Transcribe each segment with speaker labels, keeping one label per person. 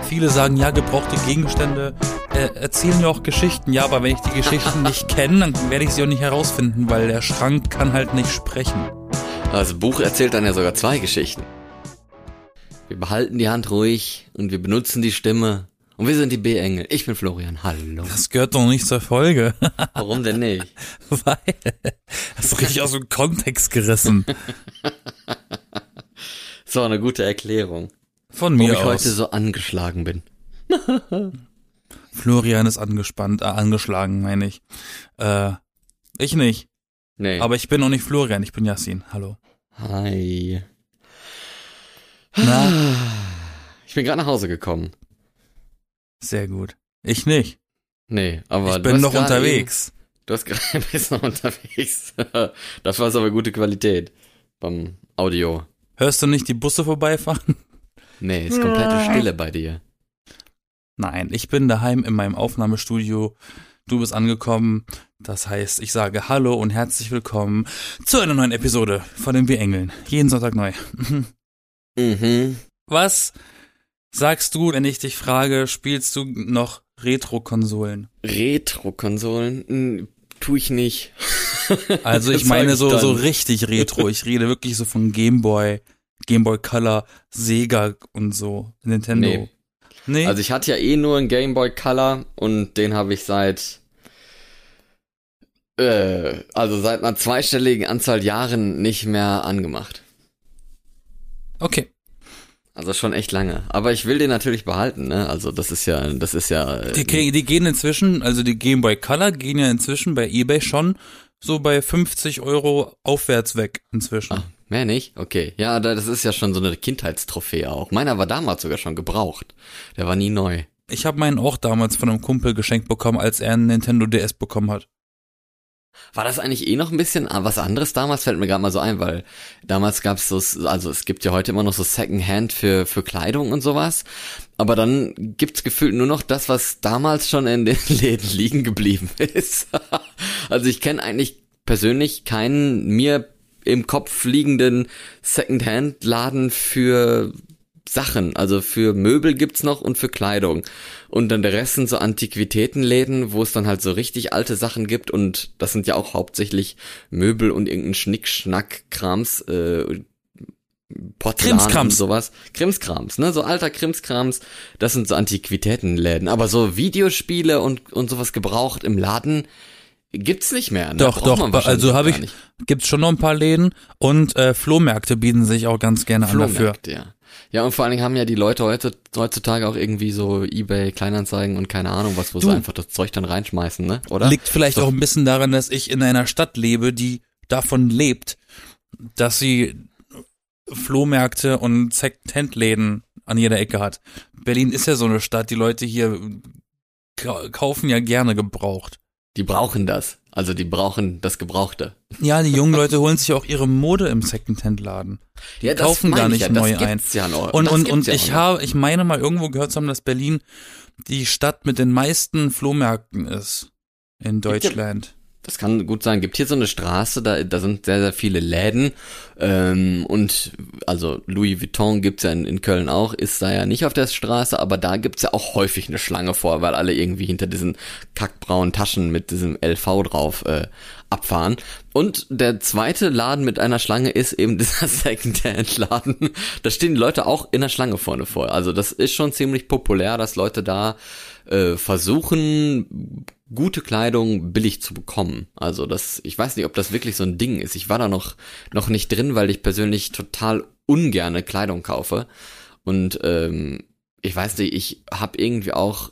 Speaker 1: Viele sagen, ja, gebrauchte Gegenstände erzählen ja auch Geschichten. Ja, aber wenn ich die Geschichten nicht kenne, dann werde ich sie auch nicht herausfinden, weil der Schrank kann halt nicht sprechen.
Speaker 2: Das Buch erzählt dann ja sogar 2 Geschichten. Wir behalten die Hand ruhig und wir benutzen die Stimme. Und wir sind die B-Engel. Ich bin Florian. Hallo.
Speaker 1: Das gehört doch nicht zur Folge.
Speaker 2: Warum denn nicht?
Speaker 1: Weil, das ist richtig aus dem Kontext gerissen.
Speaker 2: So, eine gute Erklärung.
Speaker 1: Von mir
Speaker 2: Warum ich
Speaker 1: aus.
Speaker 2: heute so angeschlagen bin.
Speaker 1: Florian ist angeschlagen, meine ich. Ich nicht.
Speaker 2: Nee.
Speaker 1: Aber ich bin auch nicht Florian, ich bin Yassin. Hallo.
Speaker 2: Hi.
Speaker 1: Na?
Speaker 2: Ich bin gerade nach Hause gekommen.
Speaker 1: Sehr gut. Ich nicht.
Speaker 2: Nee, aber
Speaker 1: Ich bin noch unterwegs.
Speaker 2: Du hast gerade bist noch unterwegs. Dafür ist aber gute Qualität beim Audio.
Speaker 1: Hörst du nicht die Busse vorbeifahren?
Speaker 2: Nee, ist komplette Stille bei dir.
Speaker 1: Nein, ich bin daheim in meinem Aufnahmestudio. Du bist angekommen. Das heißt, ich sage Hallo und herzlich willkommen zu einer neuen Episode von den Wir-Engeln. Jeden Sonntag neu.
Speaker 2: Mhm.
Speaker 1: Was sagst du, wenn ich dich frage, spielst du noch Retro-Konsolen?
Speaker 2: Retro-Konsolen? Tu ich nicht.
Speaker 1: Also ich
Speaker 2: Das
Speaker 1: meine
Speaker 2: sag ich
Speaker 1: so
Speaker 2: dann.
Speaker 1: richtig Retro. Ich rede wirklich so von Gameboy Color, Sega und so, Nintendo. Nee?
Speaker 2: Also ich hatte ja nur einen Game Boy Color und den habe ich seit einer zweistelligen Anzahl Jahren nicht mehr angemacht.
Speaker 1: Okay.
Speaker 2: Also schon echt lange. Aber ich will den natürlich behalten, ne? Also das ist ja.
Speaker 1: Die gehen inzwischen, also die Game Boy Color gehen ja inzwischen bei eBay schon so bei 50 € aufwärts weg inzwischen.
Speaker 2: Ach, mehr nicht? Okay. Ja, das ist ja schon so eine Kindheitstrophäe auch. Meiner war damals sogar schon gebraucht. Der war nie neu.
Speaker 1: Ich habe meinen auch damals von einem Kumpel geschenkt bekommen, als er einen Nintendo DS bekommen hat.
Speaker 2: War das eigentlich noch ein bisschen was anderes damals? Fällt mir gerade mal so ein, weil damals gab's so, also es gibt ja heute immer noch so Secondhand für Kleidung und sowas. Aber dann gibt's gefühlt nur noch das, was damals schon in den Läden liegen geblieben ist. Also ich kenne eigentlich persönlich keinen mir im Kopf liegenden Secondhand-Laden für Sachen, also für Möbel gibt's noch und für Kleidung. Und dann der Rest sind so Antiquitätenläden, wo es dann halt so richtig alte Sachen gibt und das sind ja auch hauptsächlich Möbel und irgendein Schnick-Schnack-Krams, Porzellan
Speaker 1: Krimskrams.
Speaker 2: und sowas. Krimskrams, ne? So alter Krimskrams, das sind so Antiquitätenläden. Aber so Videospiele und sowas gebraucht im Laden gibt's nicht mehr, ne?
Speaker 1: Doch,
Speaker 2: Braucht man wahrscheinlich
Speaker 1: also
Speaker 2: gar nicht.
Speaker 1: gibt's schon noch ein paar Läden und Flohmärkte bieten sich auch ganz gerne an dafür.
Speaker 2: Flohmärkte, ja. Ja, und vor allen Dingen haben ja die Leute heutzutage auch irgendwie so eBay, Kleinanzeigen und keine Ahnung was, wo sie einfach das Zeug dann reinschmeißen, ne? Oder?
Speaker 1: Liegt vielleicht auch ein bisschen daran, dass ich in einer Stadt lebe, die davon lebt, dass sie Flohmärkte und Second-Hand-Läden an jeder Ecke hat. Berlin ist ja so eine Stadt, die Leute hier kaufen ja gerne gebraucht.
Speaker 2: Die brauchen das. Also die brauchen das Gebrauchte.
Speaker 1: Ja, die jungen Leute holen sich auch ihre Mode im Second-Hand-Laden. Die
Speaker 2: Ja, das
Speaker 1: kaufen
Speaker 2: meine
Speaker 1: gar
Speaker 2: ich
Speaker 1: nicht
Speaker 2: ja,
Speaker 1: neu
Speaker 2: das
Speaker 1: ein.
Speaker 2: gibt's ja noch.
Speaker 1: Und
Speaker 2: Das gibt's ja auch noch.
Speaker 1: ich meine mal irgendwo gehört zu haben, dass Berlin die Stadt mit den meisten Flohmärkten ist in Deutschland.
Speaker 2: Das kann gut sein. Gibt hier so eine Straße, da sind sehr, sehr viele Läden. Und also Louis Vuitton gibt's ja in Köln auch, ist da ja nicht auf der Straße, aber da gibt's ja auch häufig eine Schlange vor, weil alle irgendwie hinter diesen kackbraunen Taschen mit diesem LV drauf abfahren. Und der zweite Laden mit einer Schlange ist eben dieser Secondhand-Laden. Da stehen die Leute auch in der Schlange vorne vor. Also das ist schon ziemlich populär, dass Leute da versuchen, gute Kleidung billig zu bekommen. Also ich weiß nicht, ob das wirklich so ein Ding ist. Ich war da noch nicht drin, weil ich persönlich total ungerne Kleidung kaufe. Und ich weiß nicht, ich habe irgendwie auch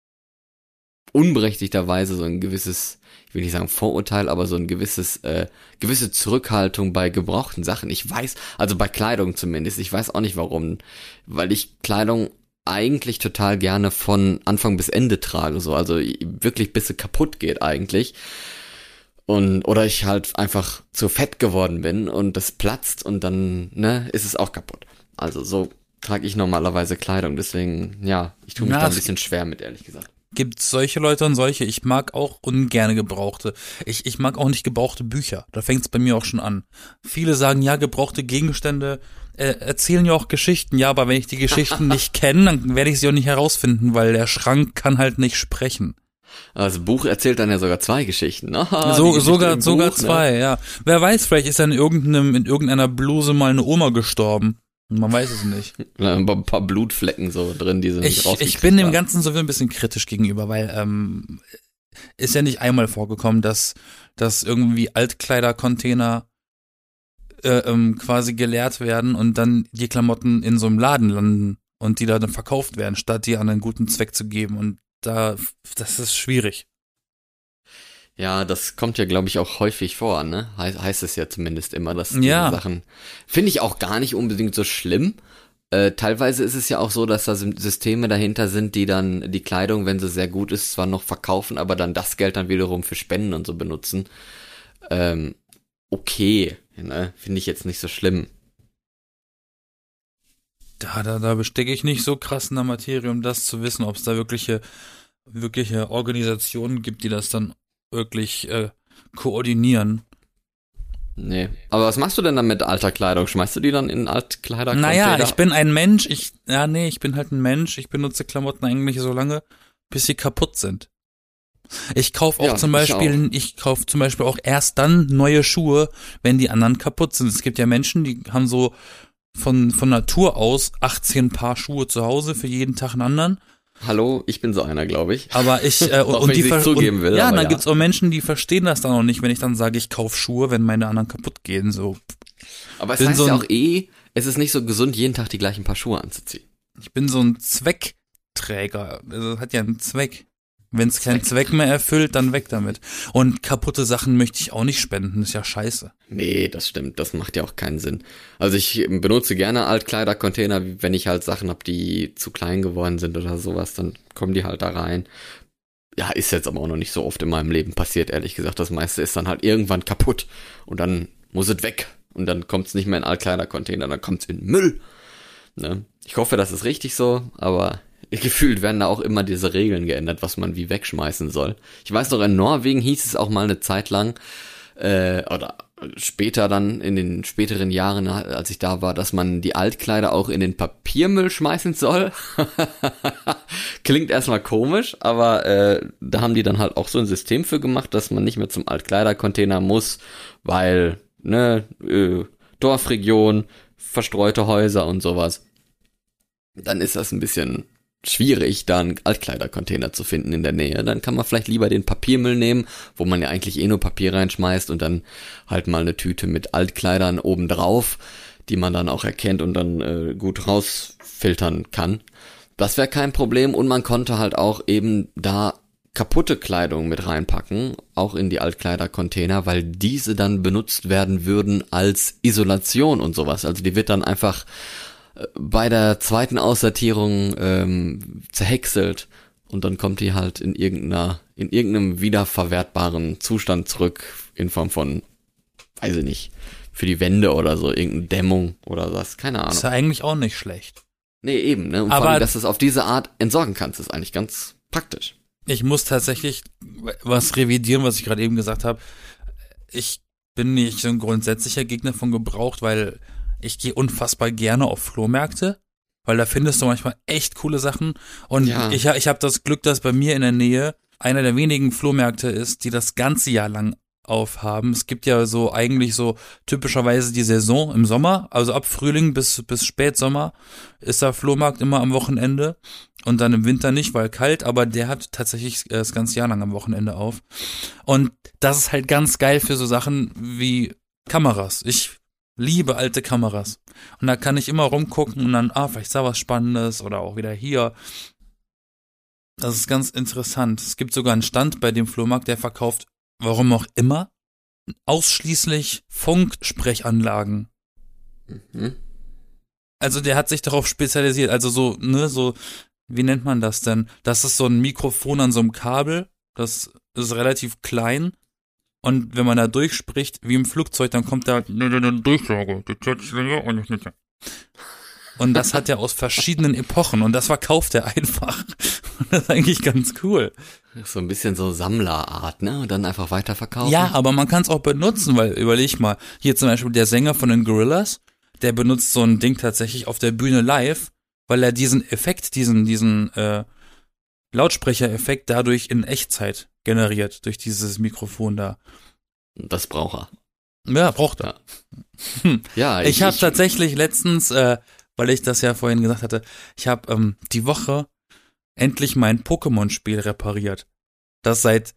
Speaker 2: unberechtigterweise so ein gewisses, ich will nicht sagen Vorurteil, aber so ein gewisse Zurückhaltung bei gebrauchten Sachen. Ich weiß, also bei Kleidung zumindest, ich weiß auch nicht warum, weil ich Kleidung eigentlich total gerne von Anfang bis Ende trage, so, also wirklich bis sie kaputt geht eigentlich. Oder ich halt einfach zu fett geworden bin und das platzt und dann, ne, ist es auch kaputt. Also so trage ich normalerweise Kleidung, deswegen, ja, ich tue mich da ein bisschen schwer mit, ehrlich gesagt.
Speaker 1: gibt's solche Leute und solche. Ich mag auch ungerne gebrauchte. Ich mag auch nicht gebrauchte Bücher. Da fängt's bei mir auch schon an. Viele sagen, ja, gebrauchte Gegenstände erzählen ja auch Geschichten. Ja, aber wenn ich die Geschichten nicht kenne, dann werde ich sie auch nicht herausfinden, weil der Schrank kann halt nicht sprechen.
Speaker 2: Also Buch erzählt dann ja sogar 2 Geschichten. Aha,
Speaker 1: sogar
Speaker 2: Buch,
Speaker 1: 2,
Speaker 2: ne?
Speaker 1: ja. Wer weiß, vielleicht ist in irgendeiner Bluse mal eine Oma gestorben. Man weiß es nicht.
Speaker 2: Ein paar Blutflecken so drin, die sind nicht rausgekriegt.
Speaker 1: Ich bin dem Ganzen so ein bisschen kritisch gegenüber, weil ist ja nicht einmal vorgekommen, dass irgendwie Altkleidercontainer quasi geleert werden und dann die Klamotten in so einem Laden landen und die da dann verkauft werden, statt die an einen guten Zweck zu geben. Und das ist schwierig.
Speaker 2: Ja, das kommt ja, glaube ich, auch häufig vor, ne? Heißt es ja zumindest immer, dass diese
Speaker 1: Ja.
Speaker 2: Sachen, finde ich auch gar nicht unbedingt so schlimm. Teilweise ist es ja auch so, dass da Systeme dahinter sind, die dann die Kleidung, wenn sie sehr gut ist, zwar noch verkaufen, aber dann das Geld dann wiederum für Spenden und so benutzen. Okay, ne? Finde ich jetzt nicht so schlimm.
Speaker 1: Da bestecke ich nicht so krass in der Materie, um das zu wissen, ob es da wirkliche Organisationen gibt, die das dann wirklich koordinieren.
Speaker 2: Nee. Aber was machst du denn dann mit alter Kleidung? Schmeißt du die dann in Altkleidercontainer?
Speaker 1: Naja, ich bin ein Mensch, ich bin halt ein Mensch, ich benutze Klamotten eigentlich so lange, bis sie kaputt sind. Ich kaufe auch ich kaufe zum Beispiel auch erst dann neue Schuhe, wenn die anderen kaputt sind. Es gibt ja Menschen, die haben so von Natur aus 18 Paar Schuhe zu Hause, für jeden Tag einen anderen.
Speaker 2: Hallo, ich bin so einer, glaube ich.
Speaker 1: Aber ich
Speaker 2: Auch wenn ich nicht zugeben will.
Speaker 1: Ja,
Speaker 2: aber
Speaker 1: dann gibt's auch Menschen, die verstehen das dann auch nicht, wenn ich dann sage, ich kaufe Schuhe, wenn meine anderen kaputt gehen. So.
Speaker 2: Aber es
Speaker 1: bin
Speaker 2: heißt
Speaker 1: so
Speaker 2: ja
Speaker 1: ein-
Speaker 2: auch es ist nicht so gesund, jeden Tag die gleichen Paar Schuhe anzuziehen.
Speaker 1: Ich bin so ein Zweckträger. Also hat ja einen Zweck. Wenn es keinen Zweck mehr erfüllt, dann weg damit. Und kaputte Sachen möchte ich auch nicht spenden, ist ja scheiße.
Speaker 2: Nee, das stimmt, das macht ja auch keinen Sinn. Also ich benutze gerne Altkleidercontainer, wenn ich halt Sachen habe, die zu klein geworden sind oder sowas, dann kommen die halt da rein. Ja, ist jetzt aber auch noch nicht so oft in meinem Leben passiert, ehrlich gesagt. Das meiste ist dann halt irgendwann kaputt und dann muss es weg. Und dann kommt es nicht mehr in Altkleidercontainer, dann kommt es in Müll. Ne? Ich hoffe, das ist richtig so, aber gefühlt werden da auch immer diese Regeln geändert, was man wie wegschmeißen soll. Ich weiß noch, in Norwegen hieß es auch mal eine Zeit lang, oder später dann, in den späteren Jahren, als ich da war, dass man die Altkleider auch in den Papiermüll schmeißen soll. Klingt erstmal komisch, aber da haben die dann halt auch so ein System für gemacht, dass man nicht mehr zum Altkleidercontainer muss, weil, ne, Dorfregion, verstreute Häuser und sowas. Dann ist das ein bisschen schwierig, da einen Altkleidercontainer zu finden in der Nähe. Dann kann man vielleicht lieber den Papiermüll nehmen, wo man ja eigentlich nur Papier reinschmeißt und dann halt mal eine Tüte mit Altkleidern obendrauf, die man dann auch erkennt und dann gut rausfiltern kann. Das wäre kein Problem und man konnte halt auch eben da kaputte Kleidung mit reinpacken, auch in die Altkleidercontainer, weil diese dann benutzt werden würden als Isolation und sowas. Also die wird dann einfach bei der zweiten Aussortierung zerhäckselt und dann kommt die halt in irgendeinem wiederverwertbaren Zustand zurück in Form von, weiß ich nicht, für die Wände oder so, irgendeine Dämmung oder was, keine Ahnung.
Speaker 1: Ist ja eigentlich auch nicht schlecht.
Speaker 2: Nee, eben, ne? Und vor allem, dass du es auf diese Art entsorgen kannst, ist eigentlich ganz praktisch.
Speaker 1: Ich muss tatsächlich was revidieren, was ich gerade eben gesagt habe. Ich bin nicht so ein grundsätzlicher Gegner von gebraucht, weil ich gehe unfassbar gerne auf Flohmärkte, weil da findest du manchmal echt coole Sachen. Und
Speaker 2: Ja.
Speaker 1: ich habe das Glück, dass bei mir in der Nähe einer der wenigen Flohmärkte ist, die das ganze Jahr lang aufhaben. Es gibt ja so eigentlich so typischerweise die Saison im Sommer, also ab Frühling bis Spätsommer ist der Flohmarkt immer am Wochenende und dann im Winter nicht, weil kalt, aber der hat tatsächlich das ganze Jahr lang am Wochenende auf. Und das ist halt ganz geil für so Sachen wie Kameras. Ich liebe alte Kameras. Und da kann ich immer rumgucken und dann, vielleicht ist da was Spannendes oder auch wieder hier. Das ist ganz interessant. Es gibt sogar einen Stand bei dem Flohmarkt, der verkauft, warum auch immer, ausschließlich Funksprechanlagen.
Speaker 2: Mhm.
Speaker 1: Also der hat sich darauf spezialisiert. Also so, ne, so, wie nennt man das denn? Das ist so ein Mikrofon an so einem Kabel. Das ist relativ klein. Und wenn man da durchspricht, wie im Flugzeug, dann kommt da eine Durchsage. Und das hat er aus verschiedenen Epochen und das verkauft er einfach. Das ist eigentlich ganz cool.
Speaker 2: So ein bisschen so Sammlerart, ne? Und dann einfach weiterverkaufen.
Speaker 1: Ja, aber man kann es auch benutzen, weil überleg mal, hier zum Beispiel der Sänger von den Gorillaz, der benutzt so ein Ding tatsächlich auf der Bühne live, weil er diesen Effekt, diesen Lautsprechereffekt dadurch in Echtzeit generiert, durch dieses Mikrofon da.
Speaker 2: Das braucht er.
Speaker 1: Ja, braucht er.
Speaker 2: Ja, ja
Speaker 1: Ich habe tatsächlich letztens, weil ich das ja vorhin gesagt hatte, ich habe die Woche endlich mein Pokémon-Spiel repariert, das seit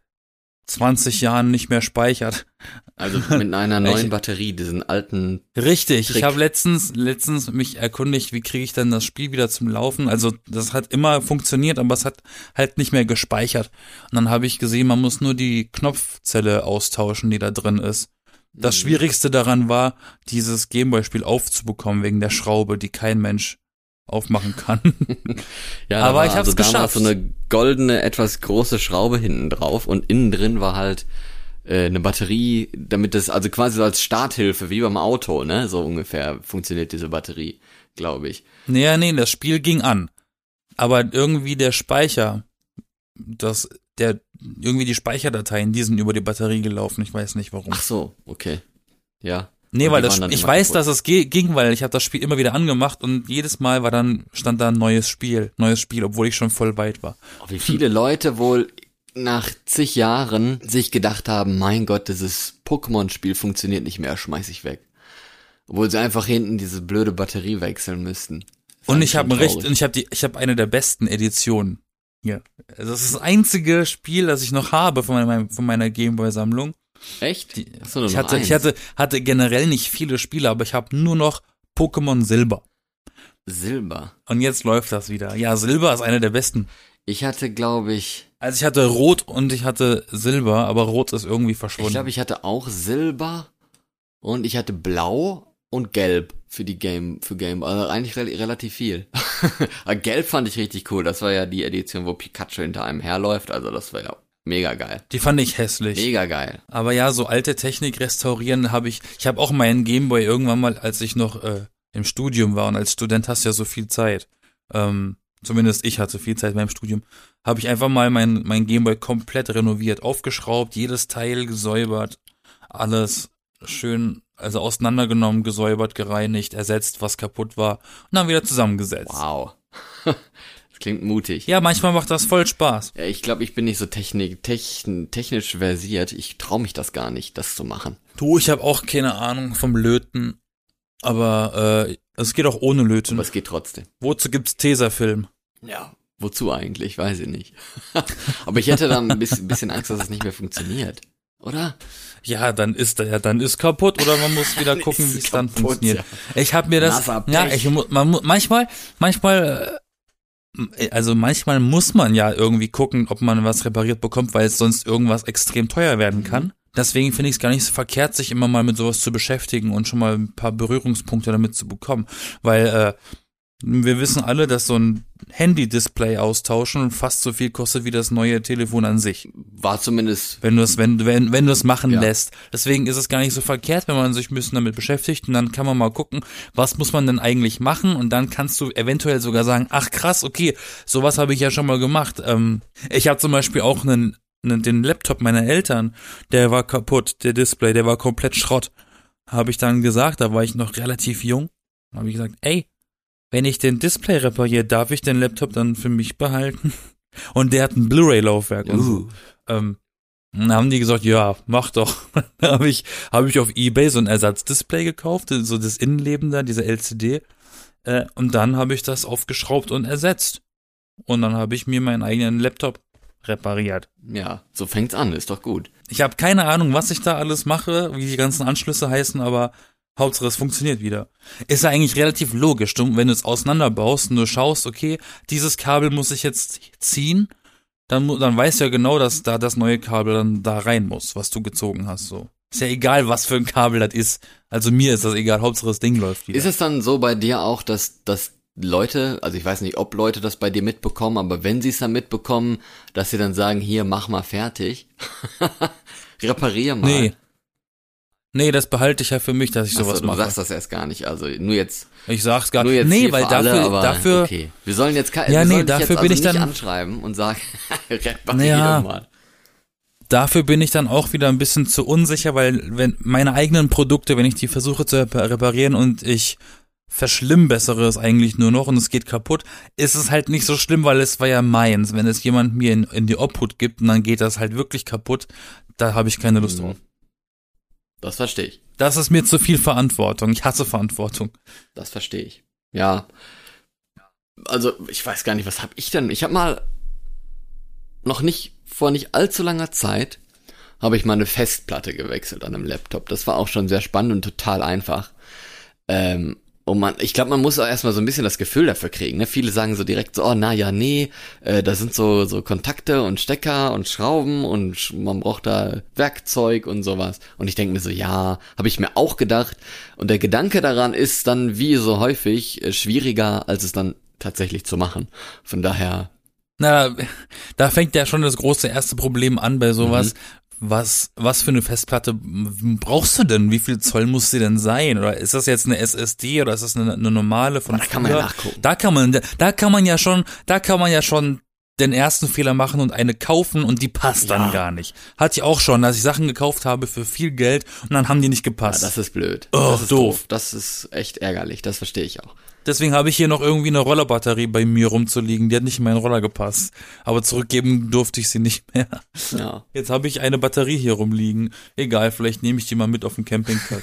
Speaker 1: 20 Jahren nicht mehr speichert.
Speaker 2: Also mit einer neuen Batterie, diesen alten
Speaker 1: Richtig,
Speaker 2: Trick.
Speaker 1: ich habe letztens mich erkundigt, wie kriege ich denn das Spiel wieder zum Laufen. Also das hat immer funktioniert, aber es hat halt nicht mehr gespeichert. Und dann habe ich gesehen, man muss nur die Knopfzelle austauschen, die da drin ist. Das Schwierigste daran war, dieses Gameboy-Spiel aufzubekommen, wegen der Schraube, die kein Mensch aufmachen kann.
Speaker 2: Ja,
Speaker 1: aber ich hab's
Speaker 2: also damals
Speaker 1: geschafft.
Speaker 2: so eine goldene, etwas große Schraube hinten drauf und innen drin war halt eine Batterie, damit das, also quasi so als Starthilfe, wie beim Auto, ne? So ungefähr funktioniert diese Batterie, glaube ich.
Speaker 1: Nee, das Spiel ging an. Aber irgendwie der Speicher, irgendwie die Speicherdateien, die sind über die Batterie gelaufen. Ich weiß nicht warum.
Speaker 2: Ach so, okay. Ja.
Speaker 1: Nee,
Speaker 2: Und
Speaker 1: weil
Speaker 2: die waren dann
Speaker 1: ich
Speaker 2: immer
Speaker 1: weiß,
Speaker 2: kaputt.
Speaker 1: dass es ging, weil ich habe das Spiel immer wieder angemacht und jedes Mal stand da ein neues Spiel, obwohl ich schon voll weit war.
Speaker 2: Oh, wie viele Leute wohl nach zig Jahren sich gedacht haben, mein Gott, dieses Pokémon-Spiel funktioniert nicht mehr, schmeiß ich weg. Obwohl sie einfach hinten diese blöde Batterie wechseln müssten.
Speaker 1: Und ich habe ich habe eine der besten Editionen hier. Also das ist das einzige Spiel, das ich noch habe von meiner Gameboy-Sammlung.
Speaker 2: Echt? Hast du nur
Speaker 1: Ich
Speaker 2: noch
Speaker 1: hatte generell nicht viele Spiele, aber ich habe nur noch Pokémon Silber.
Speaker 2: Silber.
Speaker 1: Und jetzt läuft das wieder. Ja, Silber ist eine der besten.
Speaker 2: Ich hatte, glaube ich,
Speaker 1: Also ich hatte Rot und ich hatte Silber, aber Rot ist irgendwie verschwunden.
Speaker 2: ich hatte auch Silber und ich hatte Blau und Gelb für Game, also eigentlich relativ viel. Aber Gelb fand ich richtig cool. Das war ja die Edition, wo Pikachu hinter einem herläuft. Also das war ja mega geil.
Speaker 1: Die fand ich hässlich.
Speaker 2: Mega geil.
Speaker 1: Aber ja, so alte Technik restaurieren ich habe auch meinen Gameboy irgendwann mal, als ich noch im Studium war und als Student hast du ja so viel Zeit. Zumindest ich hatte viel Zeit in meinem Studium. Habe ich einfach mal mein Gameboy komplett renoviert, aufgeschraubt, jedes Teil gesäubert, alles schön, also auseinandergenommen, gesäubert, gereinigt, ersetzt, was kaputt war und dann wieder zusammengesetzt.
Speaker 2: Wow. Das klingt mutig.
Speaker 1: Ja, manchmal macht das voll Spaß.
Speaker 2: Ja, ich glaube, ich bin nicht so technisch versiert. Ich traue mich das gar nicht, das zu machen.
Speaker 1: Du, ich habe auch keine Ahnung vom Löten, aber es geht auch ohne Löten.
Speaker 2: Aber es geht trotzdem.
Speaker 1: Wozu gibt's Tesafilm?
Speaker 2: Ja. Wozu eigentlich? Weiß ich nicht. Aber ich hätte da ein bisschen Angst, dass es nicht mehr funktioniert. Oder?
Speaker 1: Ja, dann ist kaputt oder man muss wieder gucken, wie es dann
Speaker 2: kaputt,
Speaker 1: funktioniert.
Speaker 2: ja.
Speaker 1: Ich habe mir das, manchmal muss man ja irgendwie gucken, ob man was repariert bekommt, weil es sonst irgendwas extrem teuer werden kann. Deswegen finde ich es gar nicht so verkehrt, sich immer mal mit sowas zu beschäftigen und schon mal ein paar Berührungspunkte damit zu bekommen, weil wir wissen alle, dass so ein Handy-Display austauschen fast so viel kostet wie das neue Telefon an sich.
Speaker 2: War zumindest.
Speaker 1: Wenn du es machen
Speaker 2: Ja.
Speaker 1: lässt. Deswegen ist es gar nicht so verkehrt, wenn man sich ein bisschen damit beschäftigt und dann kann man mal gucken, was muss man denn eigentlich machen und dann kannst du eventuell sogar sagen, ach krass, okay, sowas habe ich ja schon mal gemacht. Ich habe zum Beispiel auch den Laptop meiner Eltern, der war kaputt, der Display, der war komplett Schrott. Habe ich dann gesagt, da war ich noch relativ jung, habe ich gesagt, ey, wenn ich den Display repariere, darf ich den Laptop dann für mich behalten? Und der hat ein Blu-ray-Laufwerk und so. Dann haben die gesagt, ja, mach doch. Dann habe ich auf eBay so ein Ersatzdisplay gekauft, so das Innenleben da, diese LCD. Und dann habe ich das aufgeschraubt und ersetzt. Und dann habe ich mir meinen eigenen Laptop repariert.
Speaker 2: Ja, so fängt's an, ist doch gut.
Speaker 1: Ich habe keine Ahnung, was ich da alles mache, wie die ganzen Anschlüsse heißen, aber Hauptsache es funktioniert wieder. Ist ja eigentlich relativ logisch, wenn du es auseinanderbaust und du schaust, okay, dieses Kabel muss ich jetzt ziehen, dann weißt du ja genau, dass da das neue Kabel dann da rein muss, was du gezogen hast, so. Ist ja egal, was für ein Kabel das ist. Also mir ist das egal, Hauptsache das Ding läuft wieder.
Speaker 2: Ist es dann so bei dir auch, dass Leute, also ich weiß nicht, ob Leute das bei dir mitbekommen, aber wenn sie es dann mitbekommen, dass sie dann sagen, hier, mach mal fertig, reparier mal.
Speaker 1: Nee, das behalte ich ja für mich, dass ich sowas
Speaker 2: Du
Speaker 1: mache.
Speaker 2: sagst das erst gar nicht, also nur jetzt.
Speaker 1: Ich sag's gar
Speaker 2: Nur
Speaker 1: nicht.
Speaker 2: jetzt
Speaker 1: Nee,
Speaker 2: hier
Speaker 1: weil
Speaker 2: für alle, aber
Speaker 1: dafür,
Speaker 2: okay. Wir sollen jetzt
Speaker 1: Ja,
Speaker 2: wir
Speaker 1: nee,
Speaker 2: sollen dich
Speaker 1: dafür
Speaker 2: jetzt
Speaker 1: bin
Speaker 2: also
Speaker 1: ich
Speaker 2: nicht
Speaker 1: dann-
Speaker 2: anschreiben und sagen, repariere
Speaker 1: Ja.
Speaker 2: mal.
Speaker 1: dafür bin ich dann auch wieder ein bisschen zu unsicher, weil wenn meine eigenen Produkte, wenn ich die versuche zu reparieren und ich verschlimmbessere es eigentlich nur noch und es geht kaputt, ist es halt nicht so schlimm, weil es war ja meins. Wenn es jemand mir in die Obhut gibt und dann geht das halt wirklich kaputt, da habe ich keine Lust drauf.
Speaker 2: Das verstehe ich.
Speaker 1: Das ist mir zu viel Verantwortung. Ich hasse Verantwortung.
Speaker 2: Das verstehe ich. Ja. Also, ich weiß gar nicht, was habe ich denn? Ich habe mal vor nicht allzu langer Zeit habe ich mal eine Festplatte gewechselt an einem Laptop. Das war auch schon sehr spannend und total einfach. Ich glaube, man muss auch erstmal so ein bisschen das Gefühl dafür kriegen. Ne? Viele sagen so direkt so, oh, na ja, nee, da sind so Kontakte und Stecker und Schrauben und man braucht da Werkzeug und sowas. Und ich denke mir so, ja, habe ich mir auch gedacht. Und der Gedanke daran ist dann wie so häufig schwieriger, als es dann tatsächlich zu machen. Von daher.
Speaker 1: Na, da fängt ja schon das große erste Problem an bei sowas. Was für eine Festplatte brauchst du denn? Wie viel Zoll muss sie denn sein? Oder ist das jetzt eine SSD oder ist das eine normale von
Speaker 2: Da kann man ja nachgucken.
Speaker 1: Da kann man ja schon den ersten Fehler machen und eine kaufen und die passt dann gar nicht. Hatte ich auch schon, dass ich Sachen gekauft habe für viel Geld und dann haben die nicht gepasst.
Speaker 2: Ja, das ist blöd.
Speaker 1: Oh,
Speaker 2: das ist
Speaker 1: doof.
Speaker 2: Das ist echt ärgerlich, das verstehe ich auch.
Speaker 1: Deswegen habe ich hier noch irgendwie eine Rollerbatterie bei mir rumzuliegen. Die hat nicht in meinen Roller gepasst. Aber zurückgeben durfte ich sie nicht mehr.
Speaker 2: Ja.
Speaker 1: Jetzt habe ich eine Batterie hier rumliegen. Egal, vielleicht nehme ich die mal mit auf den Campingplatz.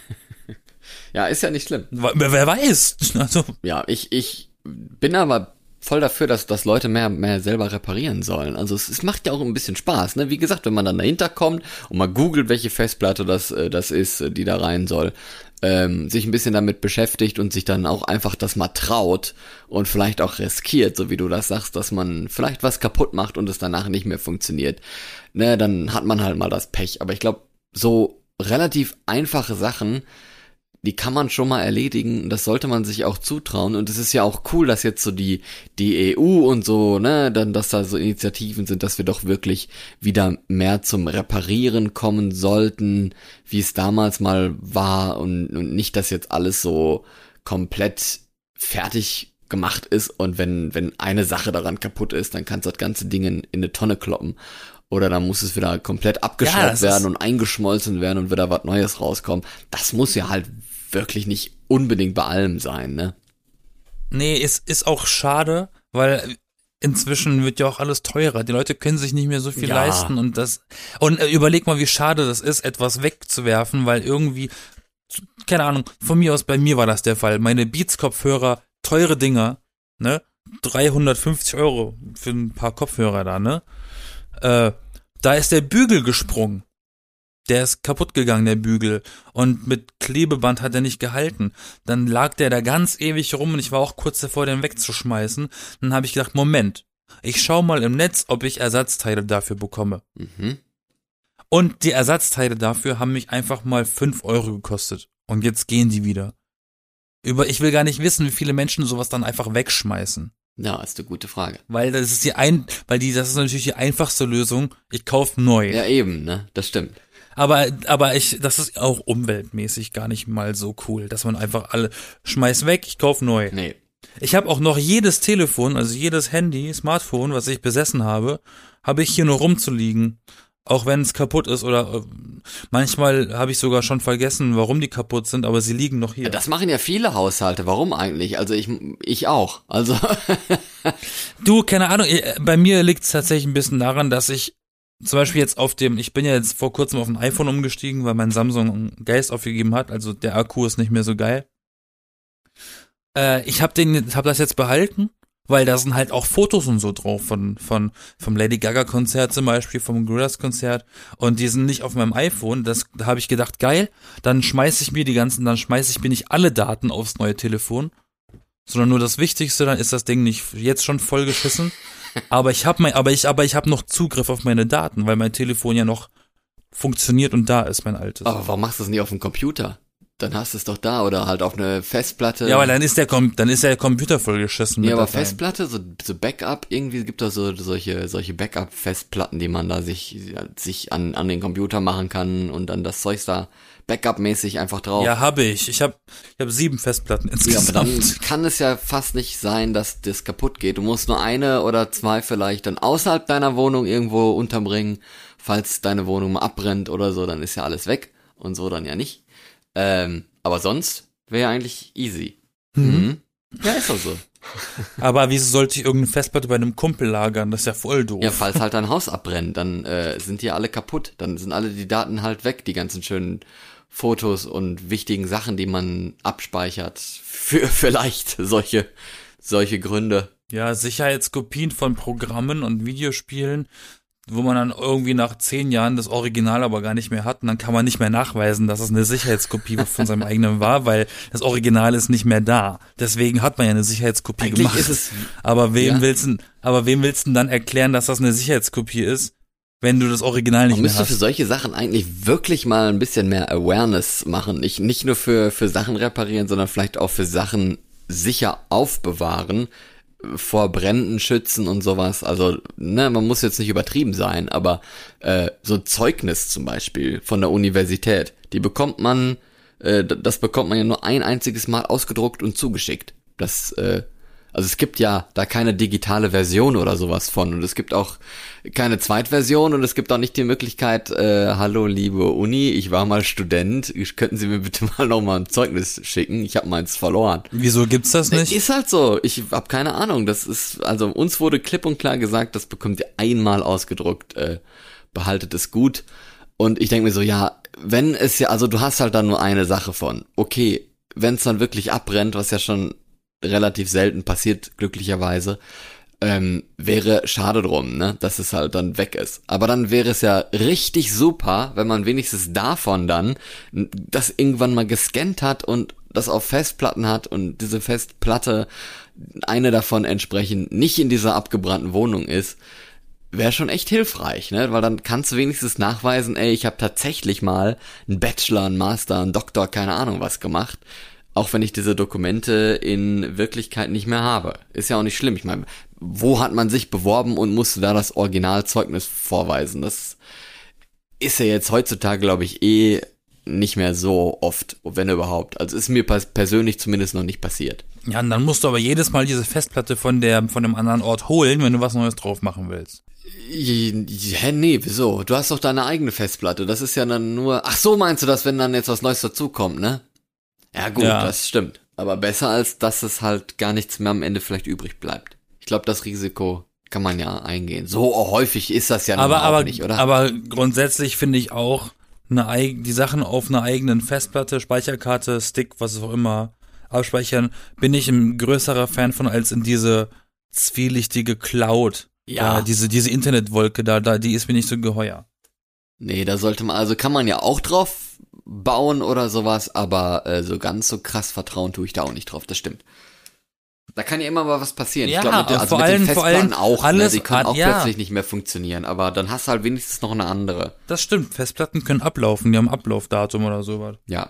Speaker 2: Ja, ist ja nicht schlimm.
Speaker 1: Wer weiß? Also,
Speaker 2: Ja, ich bin aber voll dafür, dass Leute mehr selber reparieren sollen. Also es macht ja auch ein bisschen Spaß, ne? Wie gesagt, wenn man dann dahinter kommt und mal googelt, welche Festplatte das ist, die da rein soll, sich ein bisschen damit beschäftigt und sich dann auch einfach das mal traut und vielleicht auch riskiert, so wie du das sagst, dass man vielleicht was kaputt macht und es danach nicht mehr funktioniert, ne, dann hat man halt mal das Pech. Aber ich glaube, so relativ einfache Sachen, die kann man schon mal erledigen, das sollte man sich auch zutrauen und es ist ja auch cool, dass jetzt so die EU und so, ne, dann, dass da so Initiativen sind, dass wir doch wirklich wieder mehr zum Reparieren kommen sollten, wie es damals mal war und nicht, dass jetzt alles so komplett fertig gemacht ist und wenn eine Sache daran kaputt ist, dann kannst du das ganze Ding in eine Tonne kloppen. Oder dann muss es wieder komplett abgeschraubt werden und eingeschmolzen werden und wieder was Neues rauskommen. Das muss ja halt wirklich nicht unbedingt bei allem sein, ne?
Speaker 1: nee, ist auch schade, weil inzwischen wird ja auch alles teurer. Die Leute können sich nicht mehr so viel leisten und überleg mal, wie schade das ist, etwas wegzuwerfen, weil irgendwie, keine Ahnung, von mir aus, bei mir war das der Fall. Meine Beats-Kopfhörer, teure Dinger, ne? 350 € für ein paar Kopfhörer da, ne? Da ist der Bügel gesprungen. Der ist kaputt gegangen, der Bügel. Und mit Klebeband hat er nicht gehalten. Dann lag der da ganz ewig rum und ich war auch kurz davor, den wegzuschmeißen. Dann habe ich gedacht, Moment, ich schau mal im Netz, ob ich Ersatzteile dafür bekomme. Und die Ersatzteile dafür haben mich einfach mal 5 € gekostet. Und jetzt gehen die wieder. Ich will gar nicht wissen, wie viele Menschen sowas dann einfach wegschmeißen.
Speaker 2: Ja, ist eine gute Frage.
Speaker 1: Weil das ist das ist natürlich die einfachste Lösung. Ich kaufe neu.
Speaker 2: Ja, eben, ne? Das stimmt.
Speaker 1: Aber das ist auch umweltmäßig gar nicht mal so cool, dass man einfach schmeiß weg, ich kauf neu.
Speaker 2: Nee.
Speaker 1: Ich habe auch noch jedes Telefon, also jedes Handy, Smartphone, was ich besessen habe ich hier nur rumzuliegen. Auch wenn es kaputt ist oder manchmal habe ich sogar schon vergessen, warum die kaputt sind, aber sie liegen noch hier.
Speaker 2: Ja, das machen ja viele Haushalte. Warum eigentlich? Also ich auch. Also
Speaker 1: Du, keine Ahnung, bei mir liegt es tatsächlich ein bisschen daran, dass ich zum Beispiel jetzt ich bin ja jetzt vor kurzem auf ein iPhone umgestiegen, weil mein Samsung einen Geist aufgegeben hat, also der Akku ist nicht mehr so geil. Ich hab das jetzt behalten, weil da sind halt auch Fotos und so drauf vom Lady Gaga Konzert zum Beispiel, vom Gorillaz Konzert und die sind nicht auf meinem iPhone, da habe ich gedacht, geil, dann schmeiße ich mir nicht alle Daten aufs neue Telefon, sondern nur das Wichtigste, dann ist das Ding nicht jetzt schon voll geschissen, aber ich habe noch Zugriff auf meine Daten, weil mein Telefon ja noch funktioniert und da ist, mein altes.
Speaker 2: Aber warum machst du das nicht auf dem Computer? Dann hast du es doch da oder halt auf eine Festplatte.
Speaker 1: Ja, aber dann ist der Computer vollgeschissen
Speaker 2: Ja,
Speaker 1: mit
Speaker 2: aber
Speaker 1: Dateien.
Speaker 2: Festplatte, so Backup, irgendwie gibt es solche Backup-Festplatten, die man da sich an den Computer machen kann und dann das Zeugs da Backup-mäßig einfach drauf.
Speaker 1: Ja, habe ich. Ich hab 7 Festplatten
Speaker 2: Ja,
Speaker 1: insgesamt.
Speaker 2: aber dann kann es ja fast nicht sein, dass das kaputt geht. Du musst nur eine oder zwei vielleicht dann außerhalb deiner Wohnung irgendwo unterbringen. Falls deine Wohnung mal abbrennt oder so, dann ist ja alles weg. Und so dann ja nicht. Aber sonst wäre ja eigentlich easy. Mhm. Ja, ist doch so.
Speaker 1: Aber wieso sollte ich irgendeine Festplatte bei einem Kumpel lagern? Das ist ja voll doof.
Speaker 2: Ja, falls halt dein Haus abbrennt, dann sind die alle kaputt. Dann sind alle die Daten halt weg, die ganzen schönen Fotos und wichtigen Sachen, die man abspeichert. Für vielleicht solche Gründe.
Speaker 1: Ja, Sicherheitskopien von Programmen und Videospielen, wo man dann irgendwie nach 10 Jahren das Original aber gar nicht mehr hat und dann kann man nicht mehr nachweisen, dass es eine Sicherheitskopie von seinem eigenen war, weil das Original ist nicht mehr da. Deswegen hat man ja eine Sicherheitskopie
Speaker 2: Eigentlich
Speaker 1: gemacht.
Speaker 2: ist es,
Speaker 1: aber wem
Speaker 2: ja.
Speaker 1: willst du dann erklären, dass das eine Sicherheitskopie ist, wenn du das Original nicht
Speaker 2: man
Speaker 1: mehr
Speaker 2: müsste
Speaker 1: hast?
Speaker 2: für solche Sachen eigentlich wirklich mal ein bisschen mehr Awareness machen. Nicht nur für Sachen reparieren, sondern vielleicht auch für Sachen sicher aufbewahren, vor Bränden schützen und sowas. Also, ne, man muss jetzt nicht übertrieben sein, aber so ein Zeugnis zum Beispiel von der Universität, das bekommt man ja nur ein einziges Mal ausgedruckt und zugeschickt. Also es gibt ja da keine digitale Version oder sowas von und es gibt auch keine Zweitversion und es gibt auch nicht die Möglichkeit, hallo liebe Uni, ich war mal Student, könnten Sie mir bitte mal nochmal ein Zeugnis schicken, ich habe meins verloren.
Speaker 1: Wieso gibt's das nicht?
Speaker 2: Ist halt so, ich habe keine Ahnung, also uns wurde klipp und klar gesagt, das bekommt ihr einmal ausgedruckt, behaltet es gut und ich denke mir so, ja, wenn es ja, also du hast halt dann nur eine Sache von, okay, wenn es dann wirklich abbrennt, was ja schon relativ selten passiert, glücklicherweise, wäre schade drum, ne, dass es halt dann weg ist. Aber dann wäre es ja richtig super, wenn man wenigstens davon dann das irgendwann mal gescannt hat und das auf Festplatten hat und diese Festplatte, eine davon entsprechend nicht in dieser abgebrannten Wohnung ist, wäre schon echt hilfreich, ne, weil dann kannst du wenigstens nachweisen, ey, ich habe tatsächlich mal einen Bachelor, einen Master, einen Doktor, keine Ahnung was gemacht. Auch wenn ich diese Dokumente in Wirklichkeit nicht mehr habe. Ist ja auch nicht schlimm. Ich meine, wo hat man sich beworben und musste da das Originalzeugnis vorweisen? Das ist ja jetzt heutzutage, glaube ich, nicht mehr so oft, wenn überhaupt. Also ist mir persönlich zumindest noch nicht passiert.
Speaker 1: Ja, und dann musst du aber jedes Mal diese Festplatte von dem anderen Ort holen, wenn du was Neues drauf machen willst.
Speaker 2: Hä, nee, wieso? Du hast doch deine eigene Festplatte. Das ist ja dann nur... Ach so, meinst du das, wenn dann jetzt was Neues dazukommt, ne? Ja gut, ja. Das stimmt. Aber besser als, dass es halt gar nichts mehr am Ende vielleicht übrig bleibt. Ich glaube, das Risiko kann man ja eingehen. So häufig ist das ja auch nicht, oder?
Speaker 1: Aber grundsätzlich finde ich auch, die Sachen auf einer eigenen Festplatte, Speicherkarte, Stick, was auch immer, abspeichern, bin ich ein größerer Fan von als in diese zwielichtige Cloud.
Speaker 2: Ja.
Speaker 1: Diese Internetwolke da, die ist mir nicht so geheuer.
Speaker 2: Nee, da sollte man, also kann man ja auch drauf bauen oder sowas, aber so ganz so krass vertrauen tue ich da auch nicht drauf, das stimmt. Da kann ja immer mal was passieren.
Speaker 1: Ja,
Speaker 2: ich glaube, mit den Festplatten auch,
Speaker 1: alles,
Speaker 2: ne? Die können auch plötzlich nicht mehr funktionieren, aber dann hast du halt wenigstens noch eine andere.
Speaker 1: Das stimmt, Festplatten können ablaufen, die haben Ablaufdatum oder sowas.
Speaker 2: Ja.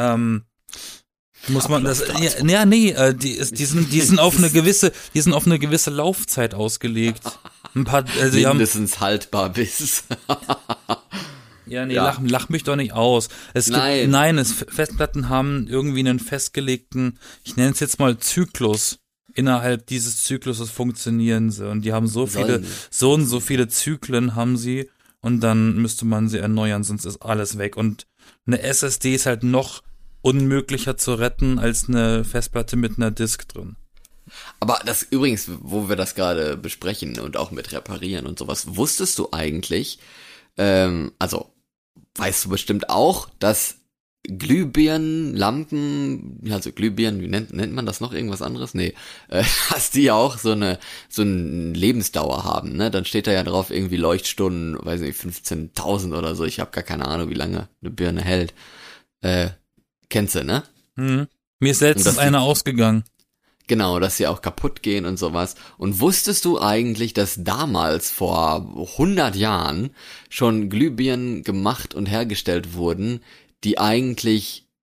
Speaker 1: Muss man das, die sind auf eine gewisse Laufzeit ausgelegt.
Speaker 2: Mindestens haltbar bis.
Speaker 1: Ja, nee, ja. Lach mich doch nicht aus. Festplatten haben irgendwie einen festgelegten, ich nenne es jetzt mal Zyklus. Innerhalb dieses Zykluses funktionieren sie und die haben so und so viele Zyklen haben sie und dann müsste man sie erneuern, sonst ist alles weg. Und eine SSD ist halt noch unmöglicher zu retten als eine Festplatte mit einer Disk drin.
Speaker 2: Aber das übrigens, wo wir das gerade besprechen und auch mit Reparieren und sowas, wusstest du eigentlich, also weißt du bestimmt auch, dass Glühbirnenlampen, also Glühbirnen, wie nennt man das noch, irgendwas anderes? Nee, dass die auch so eine Lebensdauer haben, ne? Dann steht da ja drauf irgendwie Leuchtstunden, weiß nicht, 15.000 oder so, ich habe gar keine Ahnung, wie lange eine Birne hält. Kennst du, ne?
Speaker 1: Mir ist letztens eine ausgegangen.
Speaker 2: Genau, dass sie auch kaputt gehen und sowas. Und wusstest du eigentlich, dass damals vor 100 Jahren schon Glühbirnen gemacht und hergestellt wurden, die eigentlich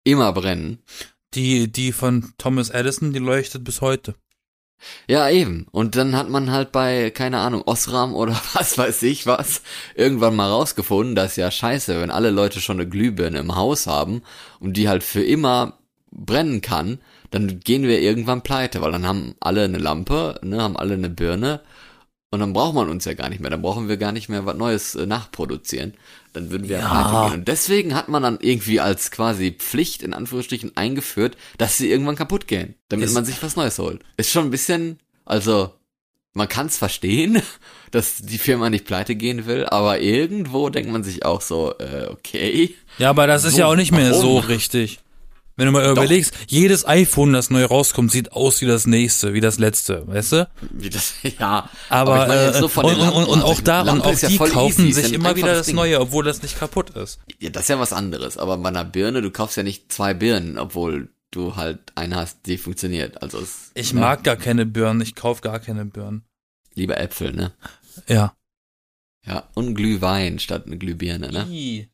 Speaker 2: immer brennen.
Speaker 1: Die von Thomas Edison, die leuchtet bis heute.
Speaker 2: Ja, eben. Und dann hat man halt bei, keine Ahnung, Osram oder was weiß ich was, irgendwann mal rausgefunden, dass ja scheiße, wenn alle Leute schon eine Glühbirne im Haus haben und die halt für immer brennen kann, dann gehen wir irgendwann pleite, weil dann haben alle eine Lampe, ne, haben alle eine Birne und dann braucht man uns ja gar nicht mehr, dann brauchen wir gar nicht mehr was Neues nachproduzieren, dann würden wir ja pleite gehen. Und deswegen hat man dann irgendwie als quasi Pflicht in Anführungsstrichen eingeführt, dass sie irgendwann kaputt gehen, damit man sich was Neues holt. Ist schon ein bisschen, also man kann es verstehen, dass die Firma nicht pleite gehen will, aber irgendwo denkt man sich auch so, okay.
Speaker 1: Ja, aber das ist ja auch nicht mehr so richtig. Wenn du mal überlegst, jedes iPhone, das neu rauskommt, sieht aus wie das nächste, wie das letzte, weißt du?
Speaker 2: Wie das, ja.
Speaker 1: Aber
Speaker 2: ich meine jetzt so von den Lampen,
Speaker 1: und auch da, und auch die kaufen
Speaker 2: easy,
Speaker 1: sich immer wieder das Neue, obwohl das nicht kaputt ist.
Speaker 2: Ja, das ist ja was anderes, aber bei einer Birne, du kaufst ja nicht 2 Birnen, obwohl du halt eine hast, die funktioniert. Also
Speaker 1: ich mag gar keine Birnen, ich kauf gar keine Birnen.
Speaker 2: Lieber Äpfel, ne?
Speaker 1: Ja.
Speaker 2: Ja, und Glühwein statt eine Glühbirne, ne?